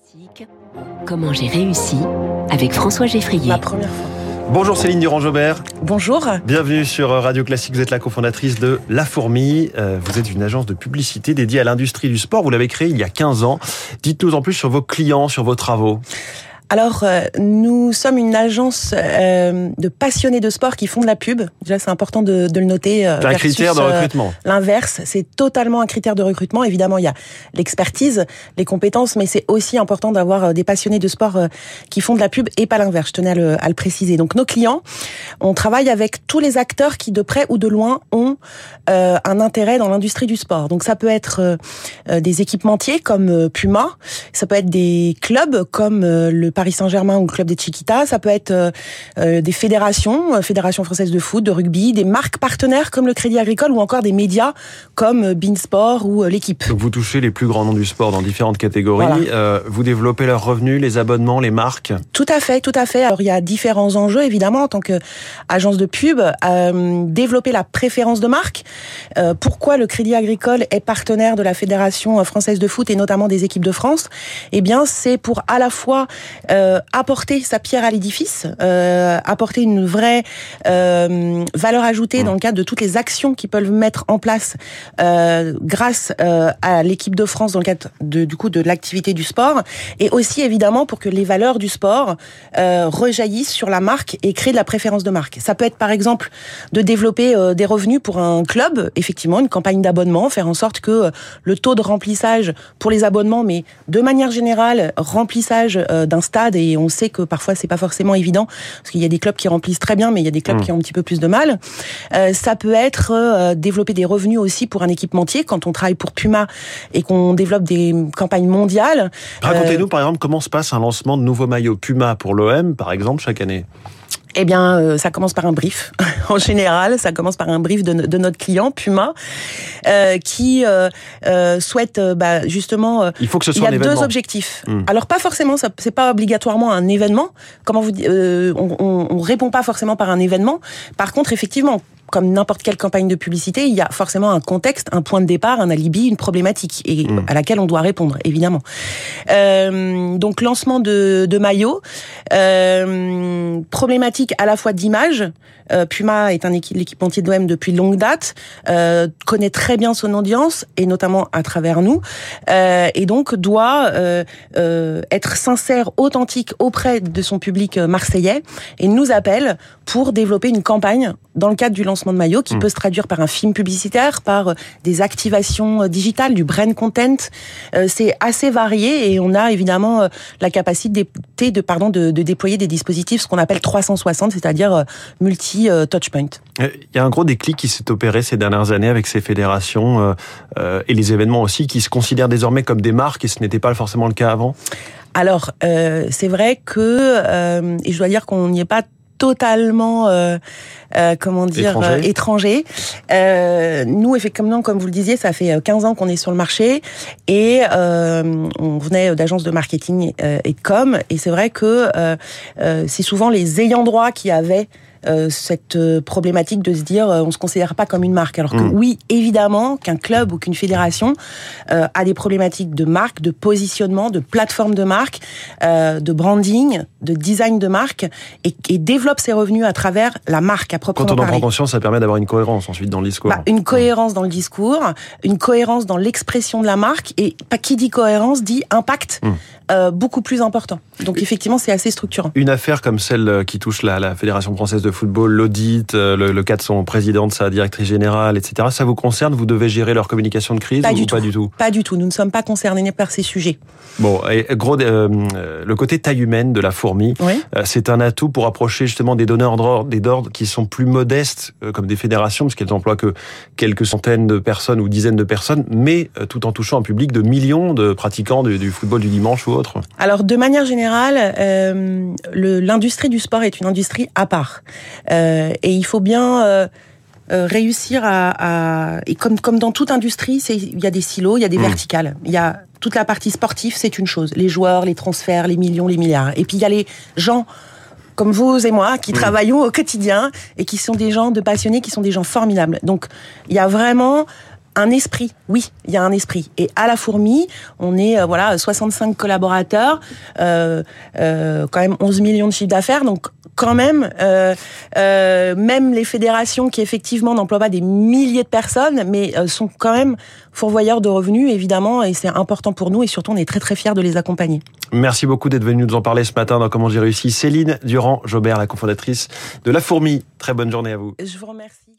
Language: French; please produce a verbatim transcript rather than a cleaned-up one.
Classique. Comment j'ai réussi avec François Geffrier. Ma première fois. Bonjour Céline Durand-Jobert. Bonjour. Bienvenue sur Radio Classique. Vous êtes la cofondatrice de La Fourmi. Euh, vous êtes une agence de publicité dédiée à l'industrie du sport. Vous l'avez créée il y a quinze ans. Dites-nous en plus sur vos clients, sur vos travaux. Alors, euh, nous sommes une agence euh, de passionnés de sport qui font de la pub. Déjà, c'est important de, de le noter. Euh, c'est un critère de recrutement. Euh, l'inverse, c'est totalement un critère de recrutement. Évidemment, il y a l'expertise, les compétences, mais c'est aussi important d'avoir euh, des passionnés de sport euh, qui font de la pub et pas l'inverse. Je tenais à le, à le préciser. Donc, nos clients, on travaille avec tous les acteurs qui, de près ou de loin, ont euh, un intérêt dans l'industrie du sport. Donc, ça peut être euh, des équipementiers comme euh, Puma, ça peut être des clubs comme euh, le Paris Saint-Germain ou le club des Chiquitas, ça peut être euh, euh, des fédérations, euh, Fédération française de foot, de rugby, des marques partenaires comme le Crédit Agricole ou encore des médias comme euh, Beansport ou euh, l'équipe. Donc vous touchez les plus grands noms du sport dans différentes catégories. Voilà. Euh, vous développez leurs revenus, les abonnements, les marques. Tout à fait, tout à fait. Alors il y a différents enjeux évidemment en tant qu'agence de pub. Euh, développer la préférence de marque. Euh, pourquoi le Crédit Agricole est partenaire de la Fédération française de foot et notamment des équipes de France? Eh bien c'est pour à la fois euh, apporter sa pierre à l'édifice, euh, apporter une vraie euh, valeur ajoutée mmh. dans le cadre de toutes les actions qu'ils peuvent mettre en place euh, grâce euh, à l'équipe de France dans le cadre de, du coup de l'activité du sport, et aussi évidemment pour que les valeurs du sport euh, rejaillissent sur la marque et créent de la préférence de marque. Ça peut être par exemple de développer euh, des revenus pour un club, effectivement une campagne d'abonnement, faire en sorte que euh, le taux de remplissage pour les abonnements, mais de manière générale remplissage euh, d'un stade, et on sait que parfois c'est pas forcément évident parce qu'il y a des clubs qui remplissent très bien mais il y a des clubs mmh. qui ont un petit peu plus de mal. Euh, ça peut être euh, développer des revenus aussi pour un équipementier quand on travaille pour Puma et qu'on développe des campagnes mondiales. Racontez-nous euh, par exemple comment se passe un lancement de nouveaux maillots Puma pour l'O M par exemple chaque année. Eh bien, euh, ça commence par un brief. En général, ça commence par un brief de, de notre client Puma, euh, qui euh, euh, souhaite euh, bah, justement. Euh, il faut que ce soit un événement. Il y a deux objectifs. Mmh. Alors pas forcément, ça, c'est pas obligatoirement un événement. Comment vous, euh, on, on, on répond pas forcément par un événement. Par contre, effectivement, comme n'importe quelle campagne de publicité, il y a forcément un contexte, un point de départ, un alibi, une problématique et mmh. à laquelle on doit répondre, évidemment. Euh, donc lancement de, de maillots, euh, problématique à la fois d'image. Euh, Puma est un équi- l'équipementier de l'O M depuis longue date, euh, connaît très bien son audience et notamment à travers nous, euh, et donc doit euh, euh, être sincère, authentique auprès de son public marseillais et nous appelle pour développer une campagne dans le cadre du lancement de maillot qui mmh. peut se traduire par un film publicitaire, par des activations digitales, du brand content. Euh, c'est assez varié et on a évidemment euh, la capacité de, de, pardon, de, de déployer des dispositifs, ce qu'on appelle trois cent soixante, c'est-à-dire euh, multi euh, touchpoint. Il y a un gros déclic qui s'est opéré ces dernières années avec ces fédérations euh, euh, et les événements aussi qui se considèrent désormais comme des marques et ce n'était pas forcément le cas avant. Alors, euh, c'est vrai que, euh, et je dois dire qu'on n'y est pas totalement, euh, euh, comment dire, étranger. Euh, étranger. Euh, nous, effectivement, comme vous le disiez, ça fait quinze ans qu'on est sur le marché et euh, on venait d'agences de marketing euh, et de com. Et c'est vrai que euh, euh, c'est souvent les ayants droit qui avaient Euh, cette euh, problématique de se dire euh, on se considère pas comme une marque, alors que mmh. oui, évidemment qu'un club ou qu'une fédération euh, a des problématiques de marque, de positionnement, de plateforme de marque, euh, de branding, de design de marque et, et développe ses revenus à travers la marque à proprement parler. Quand on en prend conscience, ça permet d'avoir une cohérence ensuite dans le discours. Bah, une cohérence mmh. dans le discours, une cohérence dans l'expression de la marque et pas qui dit cohérence dit impact mmh. euh, beaucoup plus important. Donc effectivement, c'est assez structurant. Une affaire comme celle qui touche la, la Fédération française de football, l'audit, le, le cas de son président, de sa directrice générale, et cetera. Ça vous concerne? Vous devez gérer leur communication de crise pas ou du pas tout. du tout? Pas du tout. Nous ne sommes pas concernés par ces sujets. Bon, et gros, euh, le côté taille humaine de la Fourmi, oui. euh, c'est un atout pour approcher justement des donneurs d'ordre, des d'ordre qui sont plus modestes, euh, comme des fédérations, parce qu'elles emploient que quelques centaines de personnes ou dizaines de personnes, mais euh, tout en touchant un public de millions de pratiquants du, du football du dimanche ou autre. Alors, de manière générale, euh, le, l'industrie du sport est une industrie à part. Euh, et il faut bien euh, euh, réussir à, à... Et comme, comme dans toute industrie, c'est, il y a des silos, il y a des mmh. verticales. Il y a toute la partie sportive, c'est une chose. Les joueurs, les transferts, les millions, les milliards. Et puis il y a les gens comme vous et moi, qui mmh. travaillons au quotidien et qui sont des gens de passionnés, qui sont des gens formidables. Donc, il y a vraiment Un esprit, oui, il y a un esprit. Et à la Fourmi, on est euh, voilà soixante-cinq collaborateurs, euh, euh, quand même onze millions de chiffre d'affaires. Donc quand même, euh, euh, même les fédérations qui effectivement n'emploient pas des milliers de personnes, mais euh, sont quand même pourvoyeurs de revenus, évidemment, et c'est important pour nous. Et surtout, on est très très fiers de les accompagner. Merci beaucoup d'être venue nous en parler ce matin dans Comment j'ai réussi. Céline Durand-Jobert, la cofondatrice de La Fourmi. Très bonne journée à vous. Je vous remercie.